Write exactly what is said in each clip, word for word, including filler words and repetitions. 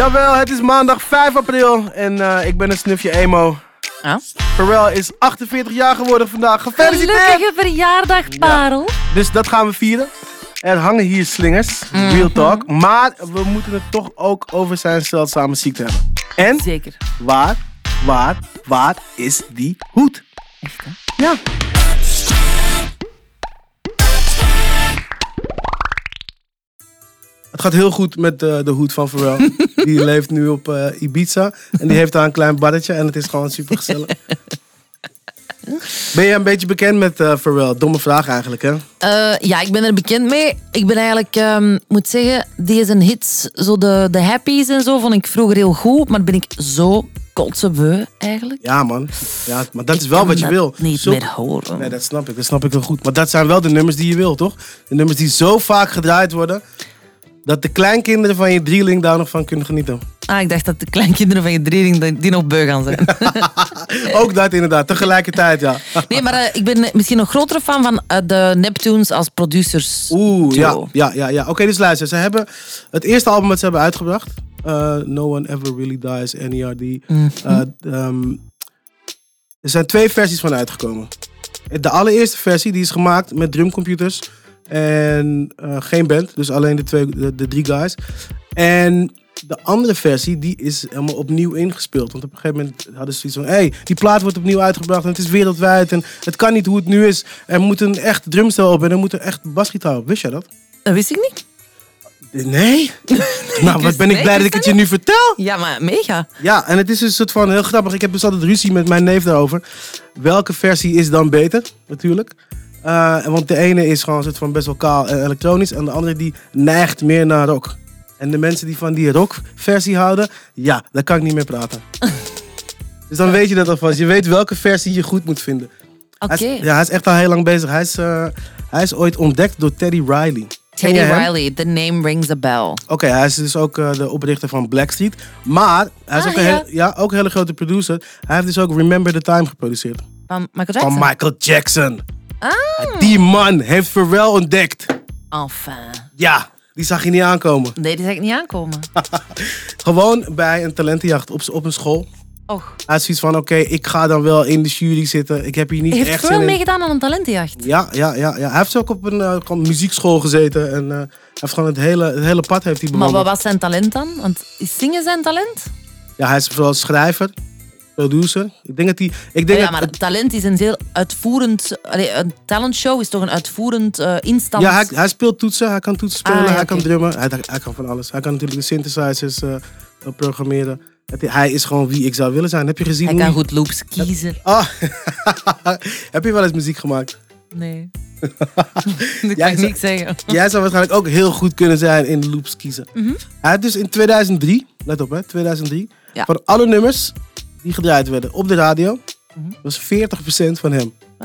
Jawel, het is maandag vijf april en uh, ik ben een snufje emo. Ja? Pharrell is achtenveertig jaar geworden vandaag. Gefeliciteerd! Gelukkige verjaardag, Parel. Ja. Dus dat gaan we vieren. Er hangen hier slingers, Mm-hmm. real talk. Maar we moeten het toch ook over zijn zeldzame ziekte hebben. En Zeker. waar, waar, waar is die hoed? Echt, hè? Ja. Het gaat heel goed met uh, de hoed van Pharrell. Die leeft nu op uh, Ibiza. En die heeft daar een klein barretje. En het is gewoon super gezellig. Ben je een beetje bekend met uh, Pharrell? Domme vraag eigenlijk, hè? Uh, ja, ik ben er bekend mee. Ik ben eigenlijk, um, moet zeggen, deze hits, zo de, de happies en zo, vond ik vroeger heel goed. Maar ben ik zo kotsebeu eigenlijk. Ja, man. Ja, maar dat Ik is wel kan wat je dat wil. niet Zo... meer horen. Nee, dat snap ik. Dat snap ik wel goed. Maar dat zijn wel de nummers die je wil, toch? De nummers die zo vaak gedraaid worden... dat de kleinkinderen van je drieling daar nog van kunnen genieten. Ah, ik dacht dat de kleinkinderen van je drieling die nog beu gaan zijn. Ook dat inderdaad, tegelijkertijd, ja. Nee, maar uh, ik ben misschien nog grotere fan van uh, de Neptunes als producers. Oeh, ja, duo. ja, ja, ja. Oké, okay, dus luister. Ze hebben het eerste album dat ze hebben uitgebracht. Uh, No One Ever Really Dies, N E R D. Mm-hmm. Uh, um, er zijn twee versies van uitgekomen. De allereerste versie die is gemaakt met drumcomputers. En uh, geen band, dus alleen de, twee, de, de drie guys. En de andere versie, die is helemaal opnieuw ingespeeld. Want op een gegeven moment hadden ze zoiets van... hé, hey, die plaat wordt opnieuw uitgebracht en het is wereldwijd. En het kan niet hoe het nu is. Er moet een echt drumstel op en er moet een echt basgitaar op. Wist jij dat? Dat wist ik niet. Nee? Nou, wat ben ik nee, blij dat ik het je nu vertel. Ja, maar mega. Ja, en het is dus een soort van heel grappig. Ik heb dus altijd ruzie met mijn neef daarover. Welke versie is dan beter, natuurlijk? Uh, want de ene is gewoon een soort van best wel kaal en elektronisch. En de andere die neigt meer naar rock. En de mensen die van die rock-versie houden, ja, daar kan ik niet meer praten. Dus dan weet je dat alvast. Je weet welke versie je goed moet vinden. Oké. Hij is, ja, hij is echt al heel lang bezig. Hij is, uh, hij is ooit ontdekt door Teddy Riley. Teddy Riley, the name rings a bell. Oké, okay, hij is dus ook uh, de oprichter van Blackstreet. Maar hij is ah, ook, een ja. heel, ja, ook een hele grote producer. Hij heeft dus ook Remember the Time geproduceerd. Van Michael Jackson? Van Michael Jackson. Ah. Die man heeft Pharrell ontdekt. Enfin. Ja, die zag je niet aankomen. Nee, die zag ik niet aankomen. Gewoon bij een talentenjacht op, op een school. Och. Hij had zoiets van, oké, okay, ik ga dan wel in de jury zitten. Ik heb hier niet Heeft echt Pharrell zin in. meegedaan aan een talentenjacht? Ja, ja, ja, ja. Hij heeft ook op een uh, gewoon muziekschool gezeten. En uh, hij heeft gewoon het hele, het hele pad heeft hij Maar bewandeld. wat was zijn talent dan? Want is zingen zijn talent? Ja, hij is vooral schrijver, producer. Ik denk dat hij... Ik denk Oh ja, dat maar het- talent is een heel uitvoerend... Allee, een talentshow is toch een uitvoerend uh, instant... Ja, hij, hij speelt toetsen, hij kan toetsen spelen, Ah, ja, hij kan oké. drummen, hij, hij kan van alles. Hij kan natuurlijk de synthesizers uh, programmeren. Het, hij is gewoon wie ik zou willen zijn. Heb je gezien Hij hoe kan goed loops kiezen. Ah, heb je wel eens muziek gemaakt? Nee. Dat Jij kan ik zou- niks zeggen. Jij zou waarschijnlijk ook heel goed kunnen zijn in loops kiezen. Mhm. Hij had dus in tweeduizend drie, let op hè, tweeduizend drie, Ja. van alle nummers die gedraaid werden op de radio, Mhm. was veertig procent van hem. Wat?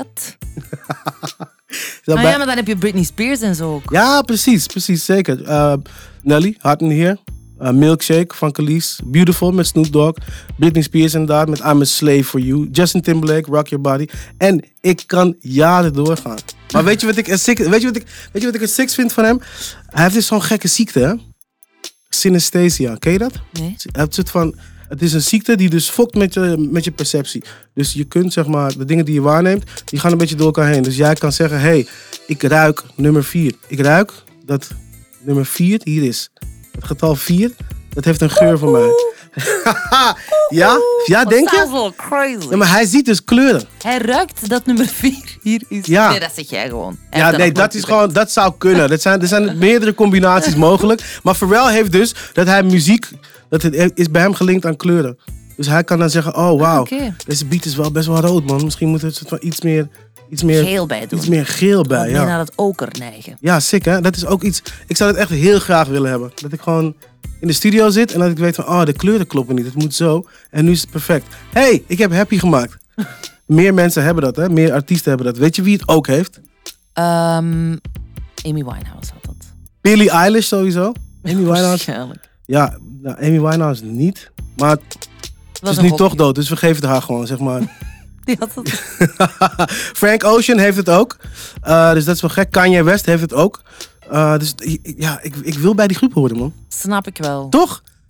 Dat Ah bij- ja, maar dan heb je Britney Spears en zo ook. Ja, precies, precies, zeker. Uh, Nelly, Hard in Here. Uh, Milkshake van Khalees. Beautiful met Snoop Dogg. Britney Spears inderdaad met I'm a Slave for You. Justin Timberlake, Rock Your Body. En ik kan jaren doorgaan. Maar weet je wat ik een sick, weet je wat ik, weet je wat ik een sick vind van hem? Hij heeft dus zo'n gekke ziekte, hè? Synesthesia, ken je dat? Nee. Hij heeft een soort van, het is een ziekte die dus fokt met je, met je perceptie. Dus je kunt, zeg maar, de dingen die je waarneemt, die gaan een beetje door elkaar heen. Dus jij kan zeggen, hé, hey, ik ruik nummer vier. Ik ruik dat nummer vier hier is. Het getal vier, dat heeft een geur voor mij. ja? Ja, denk Dat is je? wel crazy. Ja, maar hij ziet dus kleuren. Hij ruikt dat nummer vier hier is. Ja. Nee, dat zeg jij gewoon. Hij Ja, heeft nee, nog dat nooit is gezegd. gewoon, dat zou kunnen. Dat zijn, er zijn meerdere combinaties mogelijk. Maar Pharrell heeft dus dat hij muziek, dat het is bij hem gelinkt aan kleuren. Dus hij kan dan zeggen, oh wauw, Oké. deze beat is wel best wel rood, man. Misschien moet er soort van iets meer, iets meer, Geel bij doen. iets meer geel bij. Wat meer Ja. naar het oker neigen. Ja, sick hè. Dat is ook iets, ik zou het echt heel graag willen hebben. Dat ik gewoon in de studio zit en dat ik weet van, oh, de kleuren kloppen niet. Het moet zo. En nu is het perfect. Hey, ik heb Happy gemaakt. Meer mensen hebben dat, hè. Meer artiesten hebben dat. Weet je wie het ook heeft? Um, Amy Winehouse had dat. Billie Eilish sowieso. Amy Winehouse. Waarschijnlijk. Ja, nou, Amy Winehouse niet. Maar Dat ze was is een nu gokje. toch dood, dus we geven het haar gewoon, zeg maar. Die had dat. Frank Ocean heeft het ook. Uh, dus dat is wel gek. Kanye West heeft het ook. Uh, dus i- ja, ik, ik wil bij die groep horen, man. Snap ik wel. Toch?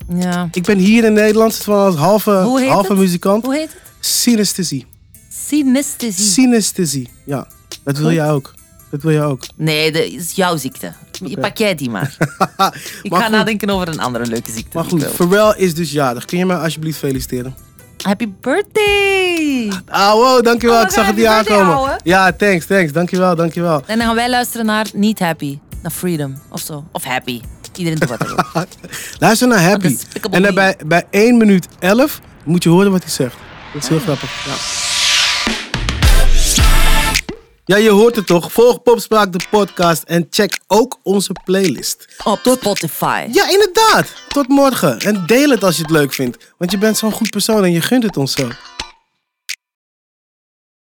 Ja. Ik ben hier in Nederland van als halve, Hoe heet halve het? muzikant. Hoe heet het? Synesthesie. Synesthesie. Synesthesie, ja. Dat wil jij ook. Dat wil jij ook. Nee, dat is jouw ziekte. Okay. Pak jij die maar. Ik maar ga goed. nadenken over een andere leuke ziekte. Maar goed, Pharrell is dus jarig. Kun je mij alsjeblieft feliciteren? Happy birthday! Ah, wow, dankjewel. Oh, ik zag het happy niet birthday, aankomen. ouwe. Ja, thanks, thanks. Dankjewel, dankjewel. En dan gaan wij luisteren naar Niet Happy. Naar Freedom, of zo. Of Happy. Iedereen doet wat hij wil. Luister naar Happy. Despicable En dan Me. bij, bij één minuut elf moet je horen wat hij zegt. Dat is heel grappig. Ja. Ja, je hoort het toch? Volg Popspraak de podcast en check ook onze playlist. Op Spotify. Ja, inderdaad. Tot morgen. En deel het als je het leuk vindt. Want je bent zo'n goed persoon en je gunt het ons zo.